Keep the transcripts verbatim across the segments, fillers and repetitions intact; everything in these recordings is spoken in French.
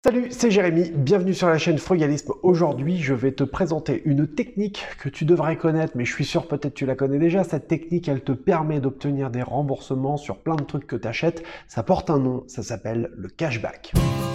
Salut, c'est Jérémy, bienvenue sur la chaîne Frugalisme. Aujourd'hui, je vais te présenter une technique que tu devrais connaître, mais je suis sûr peut-être tu la connais déjà. Cette technique, elle te permet d'obtenir des remboursements sur plein de trucs que tu achètes. Ça porte un nom, ça s'appelle le cashback.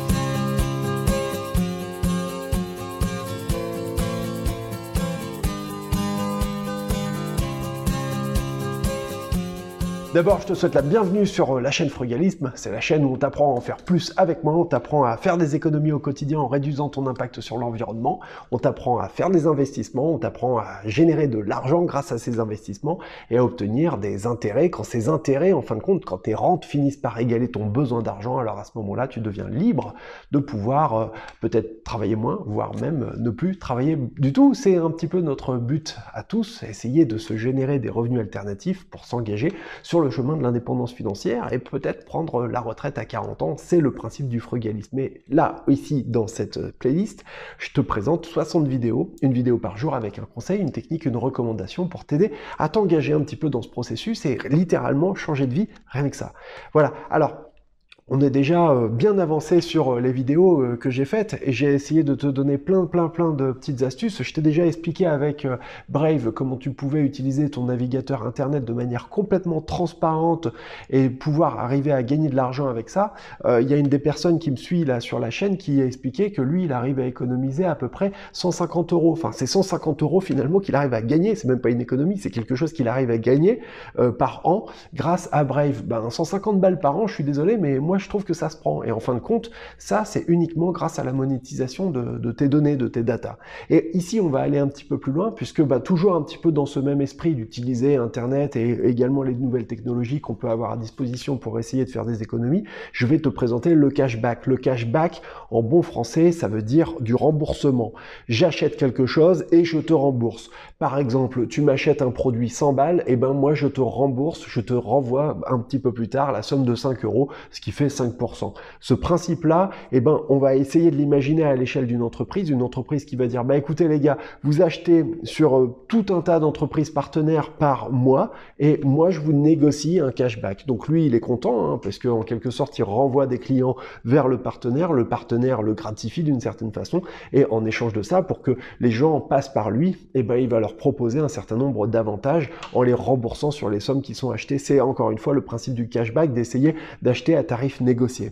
D'abord, je te souhaite la bienvenue sur la chaîne Frugalisme. C'est la chaîne où on t'apprend à en faire plus avec moi, on t'apprend à faire des économies au quotidien en réduisant ton impact sur l'environnement, on t'apprend à faire des investissements, on t'apprend à générer de l'argent grâce à ces investissements et à obtenir des intérêts. Quand ces intérêts, en fin de compte, quand tes rentes finissent par égaler ton besoin d'argent, alors à ce moment-là, tu deviens libre de pouvoir euh, peut-être travailler moins, voire même ne plus travailler du tout. C'est un petit peu notre but à tous, essayer de se générer des revenus alternatifs pour s'engager sur le le chemin de l'indépendance financière et peut-être prendre la retraite à quarante ans. C'est le principe du frugalisme. Mais là, ici, dans cette playlist, je te présente soixante vidéos, une vidéo par jour avec un conseil, une technique, une recommandation pour t'aider à t'engager un petit peu dans ce processus et littéralement changer de vie, rien que ça. Voilà. Alors, on est déjà bien avancé sur les vidéos que j'ai faites et j'ai essayé de te donner plein plein plein de petites astuces. Je t'ai déjà expliqué avec Brave comment tu pouvais utiliser ton navigateur internet de manière complètement transparente et pouvoir arriver à gagner de l'argent avec ça. Euh, il y a une des personnes qui me suit là sur la chaîne qui a expliqué que lui il arrive à économiser à peu près cent cinquante euros. Enfin c'est cent cinquante euros finalement qu'il arrive à gagner, c'est même pas une économie, c'est quelque chose qu'il arrive à gagner euh, par an grâce à Brave. Ben cent cinquante balles par an, je suis désolé mais moi je trouve que ça se prend. Et en fin de compte, ça, c'est uniquement grâce à la monétisation de, de tes données, de tes datas. Et ici, on va aller un petit peu plus loin, puisque bah, toujours un petit peu dans ce même esprit d'utiliser Internet et également les nouvelles technologies qu'on peut avoir à disposition pour essayer de faire des économies, je vais te présenter le cashback. Le cashback, en bon français, ça veut dire du remboursement. J'achète quelque chose et je te rembourse. Par exemple, tu m'achètes un produit cent balles, et ben moi, je te rembourse, je te renvoie un petit peu plus tard la somme de cinq euros, ce qui fait cinq pour cent. Ce principe-là, eh ben, on va essayer de l'imaginer à l'échelle d'une entreprise, une entreprise qui va dire, bah écoutez les gars, vous achetez sur euh, tout un tas d'entreprises partenaires par mois, et moi je vous négocie un cashback. Donc lui, il est content, hein, parce qu'en quelque sorte, il renvoie des clients vers le partenaire, le partenaire le gratifie d'une certaine façon, et en échange de ça, pour que les gens passent par lui, eh ben, il va leur proposer un certain nombre d'avantages en les remboursant sur les sommes qui sont achetées. C'est encore une fois le principe du cashback, d'essayer d'acheter à tarif négocié.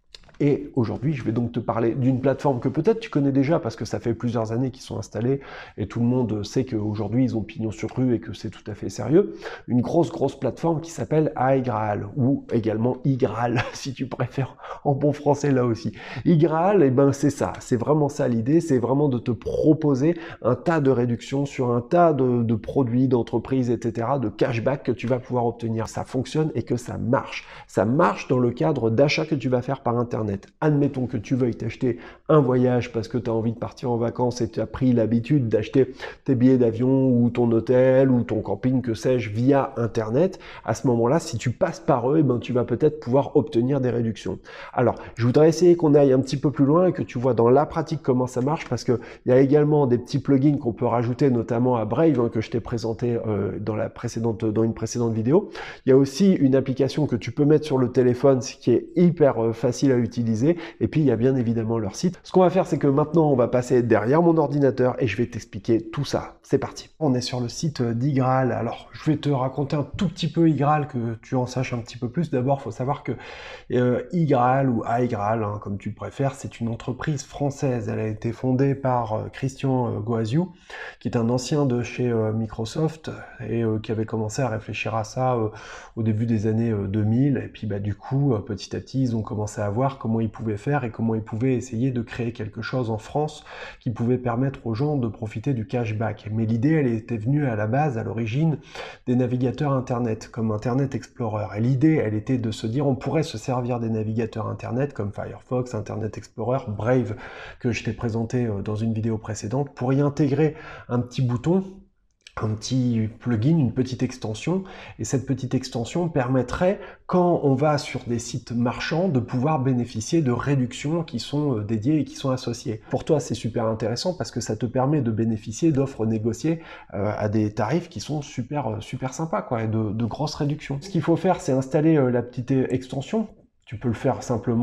Et aujourd'hui, je vais donc te parler d'une plateforme que peut-être tu connais déjà parce que ça fait plusieurs années qu'ils sont installés et tout le monde sait qu'aujourd'hui ils ont pignon sur rue et que c'est tout à fait sérieux. Une grosse grosse plateforme qui s'appelle iGraal ou également iGraal si tu préfères en bon français là aussi. iGraal, et eh ben c'est ça, c'est vraiment ça l'idée, c'est vraiment de te proposer un tas de réductions sur un tas de, de produits, d'entreprises, et cetera, de cashback que tu vas pouvoir obtenir. Ça fonctionne et que ça marche. Ça marche dans le cadre d'achats que tu vas faire par Internet. Admettons que tu veuilles t'acheter un voyage parce que tu as envie de partir en vacances et tu as pris l'habitude d'acheter tes billets d'avion ou ton hôtel ou ton camping, que sais-je, via Internet. À ce moment-là, si tu passes par eux, eh ben, tu vas peut-être pouvoir obtenir des réductions. Alors, je voudrais essayer qu'on aille un petit peu plus loin et que tu vois dans la pratique comment ça marche parce qu'il y a également des petits plugins qu'on peut rajouter, notamment à Brave, hein, que je t'ai présenté euh, dans, la précédente, dans une précédente vidéo. Il y a aussi une application que tu peux mettre sur le téléphone, ce qui est hyper euh, facile à utiliser. Et puis il y a bien évidemment leur site. Ce qu'on va faire, c'est que maintenant on va passer derrière mon ordinateur et je vais t'expliquer tout ça. C'est parti. On est sur le site d'iGraal. Alors je vais te raconter un tout petit peu iGraal, que tu en saches un petit peu plus. D'abord, il faut savoir que euh, iGraal ou iGraal, hein, comme tu le préfères, c'est une entreprise française. Elle a été fondée par euh, Christian euh, Goaziou, qui est un ancien de chez euh, Microsoft et euh, qui avait commencé à réfléchir à ça euh, au début des années euh, deux mille. Et puis bah, du coup, euh, petit à petit, ils ont commencé à voir comment ils pouvaient faire et comment ils pouvaient essayer de créer quelque chose en France qui pouvait permettre aux gens de profiter du cashback. Mais l'idée, elle était venue à la base, à l'origine, des navigateurs Internet, comme Internet Explorer. Et l'idée, elle était de se dire, on pourrait se servir des navigateurs Internet, comme Firefox, Internet Explorer, Brave, que je t'ai présenté dans une vidéo précédente, pour y intégrer un petit bouton, un petit plugin, une petite extension, et cette petite extension permettrait, quand on va sur des sites marchands, de pouvoir bénéficier de réductions qui sont dédiées et qui sont associées. Pour toi, c'est super intéressant parce que ça te permet de bénéficier d'offres négociées euh, à des tarifs qui sont super, super sympas, quoi, et de, de grosses réductions. Ce qu'il faut faire, c'est installer euh, la petite extension. Tu peux le faire simplement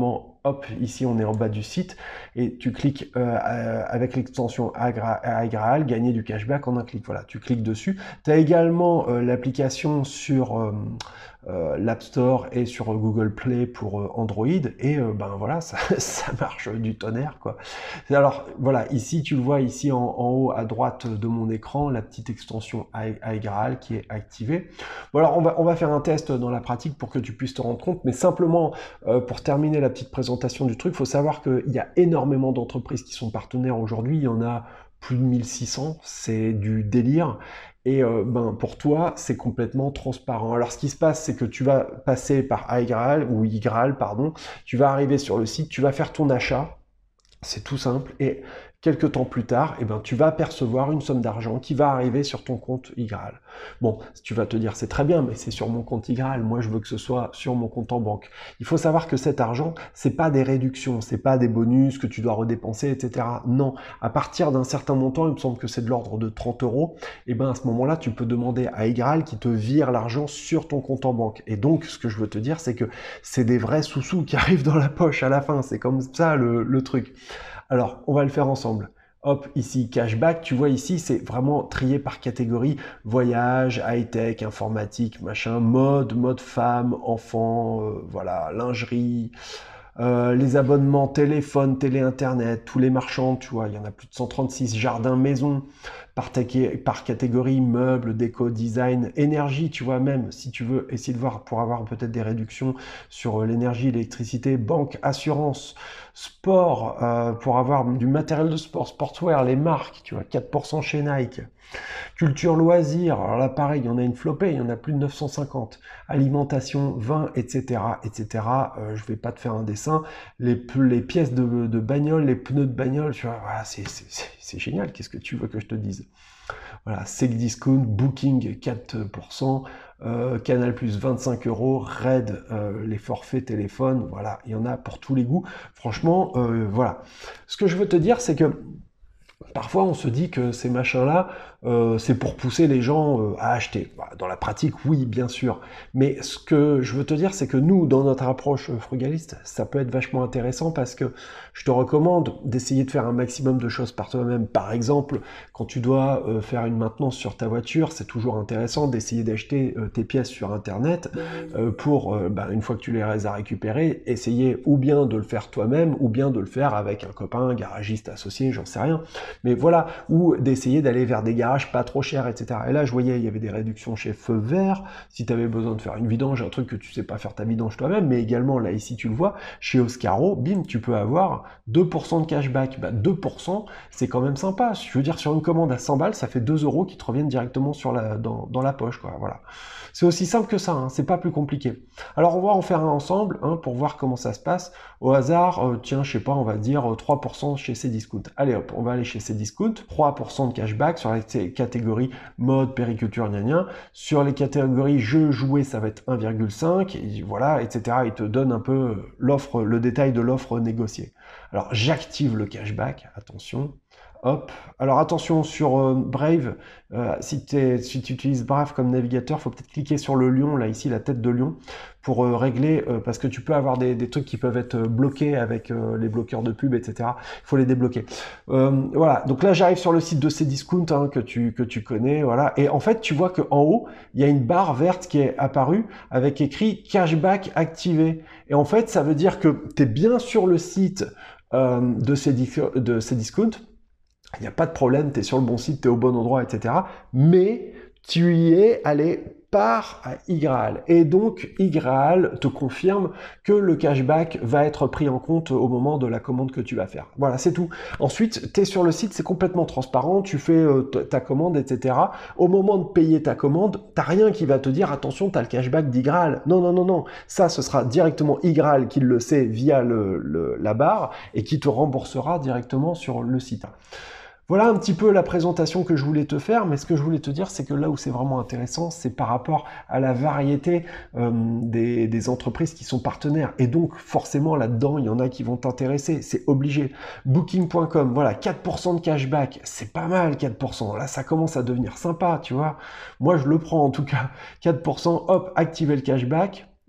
hop, ici on est en bas du site, et tu cliques euh, avec l'extension iGraal, gagner du cashback en un clic. Voilà, tu cliques dessus. Tu as également euh, l'application sur euh, euh, l'App Store et sur Google Play pour euh, Android, et euh, ben voilà, ça, ça marche du tonnerre, quoi. Alors voilà, ici tu le vois ici en, en haut à droite de mon écran, la petite extension iGraal qui est activée. Bon alors on va, on va faire un test dans la pratique pour que tu puisses te rendre compte, mais simplement euh, pour terminer la petite présentation du truc, il faut savoir qu'il y a énormément d'entreprises qui sont partenaires aujourd'hui, il y en a plus de mille six cents, c'est du délire. Et euh, ben, pour toi, c'est complètement transparent. Alors, ce qui se passe, c'est que tu vas passer par iGraal, ou iGraal, pardon, tu vas arriver sur le site, tu vas faire ton achat, c'est tout simple, et quelques temps plus tard, eh ben, tu vas percevoir une somme d'argent qui va arriver sur ton compte iGraal. Bon, tu vas te dire, c'est très bien, mais c'est sur mon compte iGraal, moi je veux que ce soit sur mon compte en banque. Il faut savoir que cet argent, c'est pas des réductions, c'est pas des bonus que tu dois redépenser, et cetera. Non, à partir d'un certain montant, il me semble que c'est de l'ordre de trente euros, et ben à ce moment-là, tu peux demander à iGraal qui te vire l'argent sur ton compte en banque. Et donc, ce que je veux te dire, c'est que c'est des vrais sous-sous qui arrivent dans la poche à la fin, c'est comme ça le, le truc. Alors, on va le faire ensemble. Hop, ici, cashback, tu vois ici, c'est vraiment trié par catégorie, voyage, high-tech, informatique, machin, mode, mode femme, enfant, euh, voilà, lingerie, euh, les abonnements téléphone, télé, internet, tous les marchands, tu vois, il y en a plus de cent trente-six, jardin, maison, par, par catégorie, meubles, déco, design, énergie, tu vois, même si tu veux essayer de voir pour avoir peut-être des réductions sur l'énergie, l'électricité, banque, assurance, sport, euh, pour avoir du matériel de sport, sportswear, les marques, tu vois, quatre pour cent chez Nike. Culture, loisirs, alors là pareil, il y en a une flopée, il y en a plus de neuf cent cinquante. Alimentation, vin, et cetera, et cetera. Euh, je vais pas te faire un dessin. Les, les pièces de, de bagnole, les pneus de bagnole, tu vois, voilà, c'est génial. Qu'est-ce que tu veux que je te dise? Voilà, Cdiscount, Booking quatre pour cent, euh, Canal Plus vingt-cinq euros, Red, euh, les forfaits téléphone, voilà, il y en a pour tous les goûts. Franchement, euh, voilà. Ce que je veux te dire, c'est que parfois, on se dit que ces machins-là, euh, c'est pour pousser les gens euh, à acheter. Bah, dans la pratique, oui, bien sûr. Mais ce que je veux te dire, c'est que nous, dans notre approche frugaliste, ça peut être vachement intéressant parce que je te recommande d'essayer de faire un maximum de choses par toi-même. Par exemple, quand tu dois euh, faire une maintenance sur ta voiture, c'est toujours intéressant d'essayer d'acheter euh, tes pièces sur Internet euh, pour, euh, bah, une fois que tu les as récupérées, essayer ou bien de le faire toi-même, ou bien de le faire avec un copain, un garagiste associé, j'en sais rien. Mais voilà, ou d'essayer d'aller vers des garages pas trop chers, et cetera. Et là, je voyais, il y avait des réductions chez Feu Vert, si tu avais besoin de faire une vidange, un truc que tu sais pas faire ta vidange toi-même, mais également, là, ici, tu le vois, chez Oscaro, bim, tu peux avoir deux pour cent de cashback. Bah, deux pour cent, c'est quand même sympa. Je veux dire, sur une commande à cent balles, ça fait deux euros qui te reviennent directement sur la, dans, dans la poche, quoi. Voilà. C'est aussi simple que ça, hein, c'est pas plus compliqué. Alors, on va en faire un ensemble, hein, pour voir comment ça se passe. Au hasard, euh, tiens, je sais pas, on va dire euh, trois pour cent chez Cdiscount. Allez hop, on va aller chez Cdiscount, trois pour cent de cashback sur les catégories mode, périculture, gna gna. Sur les catégories jeux, jouets, ça va être un virgule cinq, et voilà, et cetera. Il te donne un peu l'offre, le détail de l'offre négociée. Alors, j'active le cashback, attention. Hop. Alors attention sur euh, Brave, euh, si, si tu utilises Brave comme navigateur, il faut peut-être cliquer sur le lion, là ici, la tête de lion, pour euh, régler, euh, parce que tu peux avoir des, des trucs qui peuvent être bloqués avec euh, les bloqueurs de pub, et cetera. Il faut les débloquer. Euh, voilà, donc là j'arrive sur le site de Cdiscount, hein, que, tu, que tu connais, voilà. Et en fait, tu vois qu'en haut, il y a une barre verte qui est apparue avec écrit cashback activé. Et en fait, ça veut dire que tu es bien sur le site euh, de Cdiscount. Il n'y a pas de problème, tu es sur le bon site, tu es au bon endroit, et cetera. Mais tu y es allé par iGraal. Et donc, iGraal te confirme que le cashback va être pris en compte au moment de la commande que tu vas faire. Voilà, c'est tout. Ensuite, tu es sur le site, c'est complètement transparent, tu fais euh, ta commande, et cetera. Au moment de payer ta commande, tu n'as rien qui va te dire, attention, tu as le cashback d'iGraal. Non, non, non, non. Ça, ce sera directement iGraal qui le sait via le, le, la barre et qui te remboursera directement sur le site. Voilà un petit peu la présentation que je voulais te faire, mais ce que je voulais te dire, c'est que là où c'est vraiment intéressant, c'est par rapport à la variété euh, des, des entreprises qui sont partenaires. Et donc, forcément, là-dedans, il y en a qui vont t'intéresser, c'est obligé. Booking point com, voilà, quatre pour cent de cashback, c'est pas mal, quatre pour cent. Là, ça commence à devenir sympa, tu vois. Moi, je le prends en tout cas, quatre pour cent, hop, activer le cashback.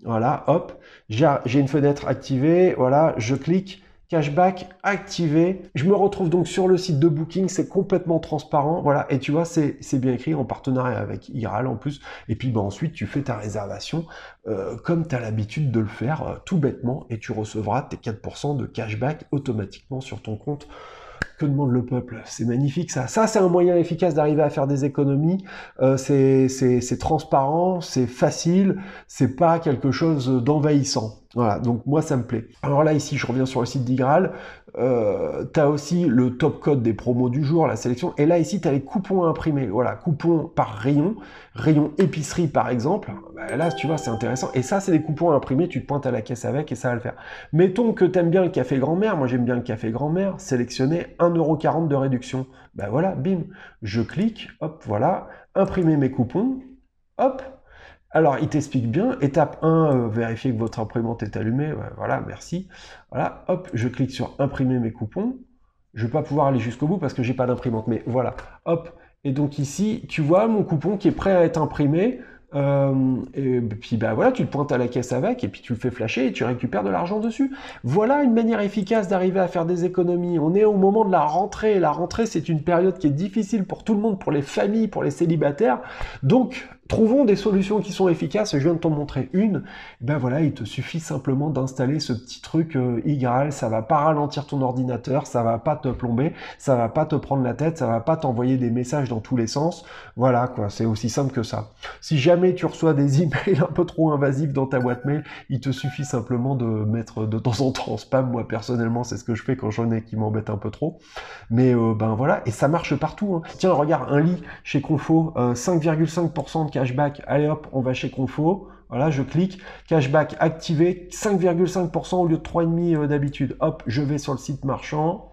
Voilà, hop, j'ai une fenêtre activée, voilà, je clique, cashback activé. Je me retrouve donc sur le site de Booking, c'est complètement transparent, voilà, et tu vois, c'est bien écrit en partenariat avec Igral en plus. Et puis bah, ensuite, tu fais ta réservation euh, comme tu as l'habitude de le faire, euh, tout bêtement, et tu recevras tes quatre pour cent de cashback automatiquement sur ton compte. Que demande le peuple? C'est magnifique ça. Ça, c'est un moyen efficace d'arriver à faire des économies. Euh, c'est transparent, c'est facile, c'est pas quelque chose d'envahissant. Voilà, donc moi ça me plaît. Alors là ici je reviens sur le site d'Igral, euh, tu as aussi le top code des promos du jour, la sélection, et là ici tu as les coupons à imprimer, voilà, coupons par rayon, rayon épicerie par exemple, bah, là tu vois c'est intéressant, et ça c'est des coupons à imprimer, tu te pointes à la caisse avec et ça va le faire. Mettons que tu aimes bien le café grand-mère, moi j'aime bien le café grand-mère, sélectionner un euro quarante de réduction, ben voilà, bim, je clique, hop, voilà, imprimer mes coupons, hop. Alors, il t'explique bien, étape un, euh, vérifier que votre imprimante est allumée, ouais, voilà, merci. Voilà, hop, je clique sur imprimer mes coupons. Je ne vais pas pouvoir aller jusqu'au bout parce que j'ai pas d'imprimante, mais voilà, hop. Et donc ici, tu vois mon coupon qui est prêt à être imprimé. Euh, et puis bah voilà, tu te pointes à la caisse avec et puis tu le fais flasher et tu récupères de l'argent dessus. Voilà une manière efficace d'arriver à faire des économies. On est au moment de la rentrée. La rentrée, c'est une période qui est difficile pour tout le monde, pour les familles, pour les célibataires. Donc, trouvons des solutions qui sont efficaces. Je viens de t'en montrer une. Ben voilà, il te suffit simplement d'installer ce petit truc euh, Igral. Ça va pas ralentir ton ordinateur, ça va pas te plomber, ça va pas te prendre la tête, ça va pas t'envoyer des messages dans tous les sens. Voilà quoi, c'est aussi simple que ça. Si jamais tu reçois des emails un peu trop invasifs dans ta boîte mail, il te suffit simplement de mettre de temps en temps en spam. Moi personnellement, c'est ce que je fais quand j'en ai qui m'embêtent un peu trop. Mais euh, ben voilà, et ça marche partout. Hein. Tiens, regarde, un lit chez Confo, euh, cinq virgule cinq pour cent de cashback. Allez hop, on va chez Confo. Voilà, je clique, cashback activé, cinq virgule cinq pour cent au lieu de trois virgule cinq pour cent euh, d'habitude. Hop, je vais sur le site marchand.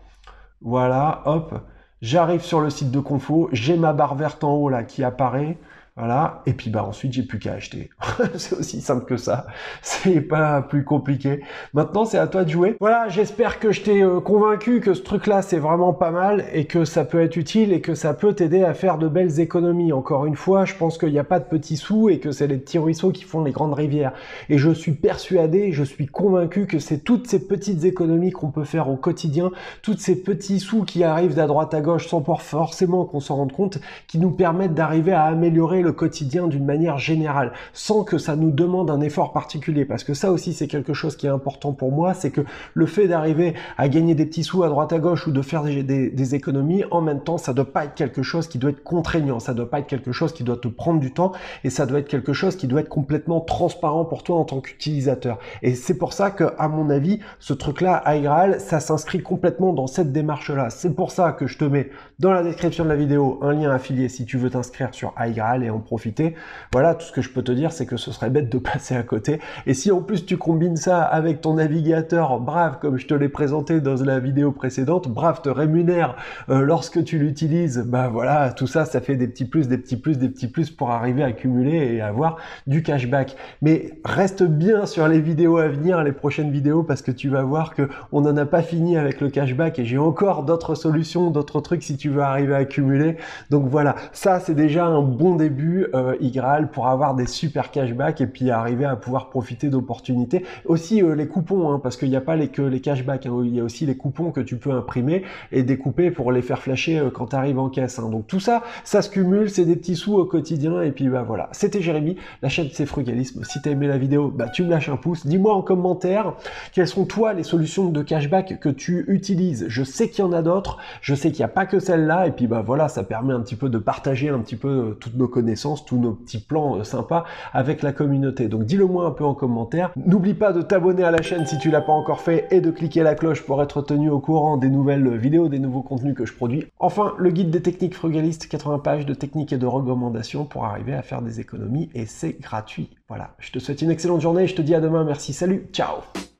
Voilà, hop, j'arrive sur le site de Confo, j'ai ma barre verte en haut là qui apparaît. Voilà, et puis bah ensuite j'ai plus qu'à acheter. C'est aussi simple que ça, c'est pas plus compliqué. Maintenant c'est à toi de jouer. Voilà, j'espère que je t'ai euh, convaincu que ce truc là c'est vraiment pas mal et que ça peut être utile et que ça peut t'aider à faire de belles économies. Encore une fois, je pense qu'il n'y a pas de petits sous et que c'est les petits ruisseaux qui font les grandes rivières. Et je suis persuadé, je suis convaincu que c'est toutes ces petites économies qu'on peut faire au quotidien, toutes ces petits sous qui arrivent d'à droite à gauche sans forcément qu'on s'en rende compte, qui nous permettent d'arriver à améliorer le quotidien d'une manière générale, sans que ça nous demande un effort particulier, parce que ça aussi c'est quelque chose qui est important pour moi, c'est que le fait d'arriver à gagner des petits sous à droite à gauche ou de faire des, des, des économies, en même temps ça doit pas être quelque chose qui doit être contraignant, ça doit pas être quelque chose qui doit te prendre du temps, et ça doit être quelque chose qui doit être complètement transparent pour toi en tant qu'utilisateur. Et c'est pour ça que, à mon avis, ce truc-là, Igral, ça s'inscrit complètement dans cette démarche-là. C'est pour ça que je te mets dans la description de la vidéo un lien affilié si tu veux t'inscrire sur Igral et en profiter. Voilà, tout ce que je peux te dire, c'est que ce serait bête de passer à côté. Et si en plus tu combines ça avec ton navigateur Brave, comme je te l'ai présenté dans la vidéo précédente, Brave te rémunère euh, lorsque tu l'utilises, bah voilà, tout ça, ça fait des petits plus, des petits plus, des petits plus pour arriver à accumuler et avoir du cashback. Mais reste bien sur les vidéos à venir, les prochaines vidéos, parce que tu vas voir que on n'en a pas fini avec le cashback et j'ai encore d'autres solutions, d'autres trucs si tu veux arriver à accumuler. Donc voilà, ça c'est déjà un bon début. Euh, Igral pour avoir des super cashbacks et puis arriver à pouvoir profiter d'opportunités. Aussi euh, les coupons, hein, parce qu'il n'y a pas les, que les cashbacks, hein, il y a aussi les coupons que tu peux imprimer et découper pour les faire flasher euh, quand tu arrives en caisse. Hein. Donc tout ça, ça se cumule, c'est des petits sous au quotidien et puis bah voilà. C'était Jérémy, la chaîne C'est Frugalisme. Si tu as aimé la vidéo, bah tu me lâches un pouce. Dis-moi en commentaire quelles sont toi les solutions de cashback que tu utilises. Je sais qu'il y en a d'autres, je sais qu'il n'y a pas que celle-là et puis bah voilà, ça permet un petit peu de partager un petit peu euh, toutes nos connaissances, tous nos petits plans euh, sympas avec la communauté. Donc dis-le moi un peu en commentaire. N'oublie pas de t'abonner à la chaîne si tu l'as pas encore fait et de cliquer la cloche pour être tenu au courant des nouvelles vidéos, des nouveaux contenus que je produis. Enfin, le guide des techniques frugalistes, quatre-vingts pages de techniques et de recommandations pour arriver à faire des économies et c'est gratuit. Voilà, je te souhaite une excellente journée et je te dis à demain. Merci, salut, ciao.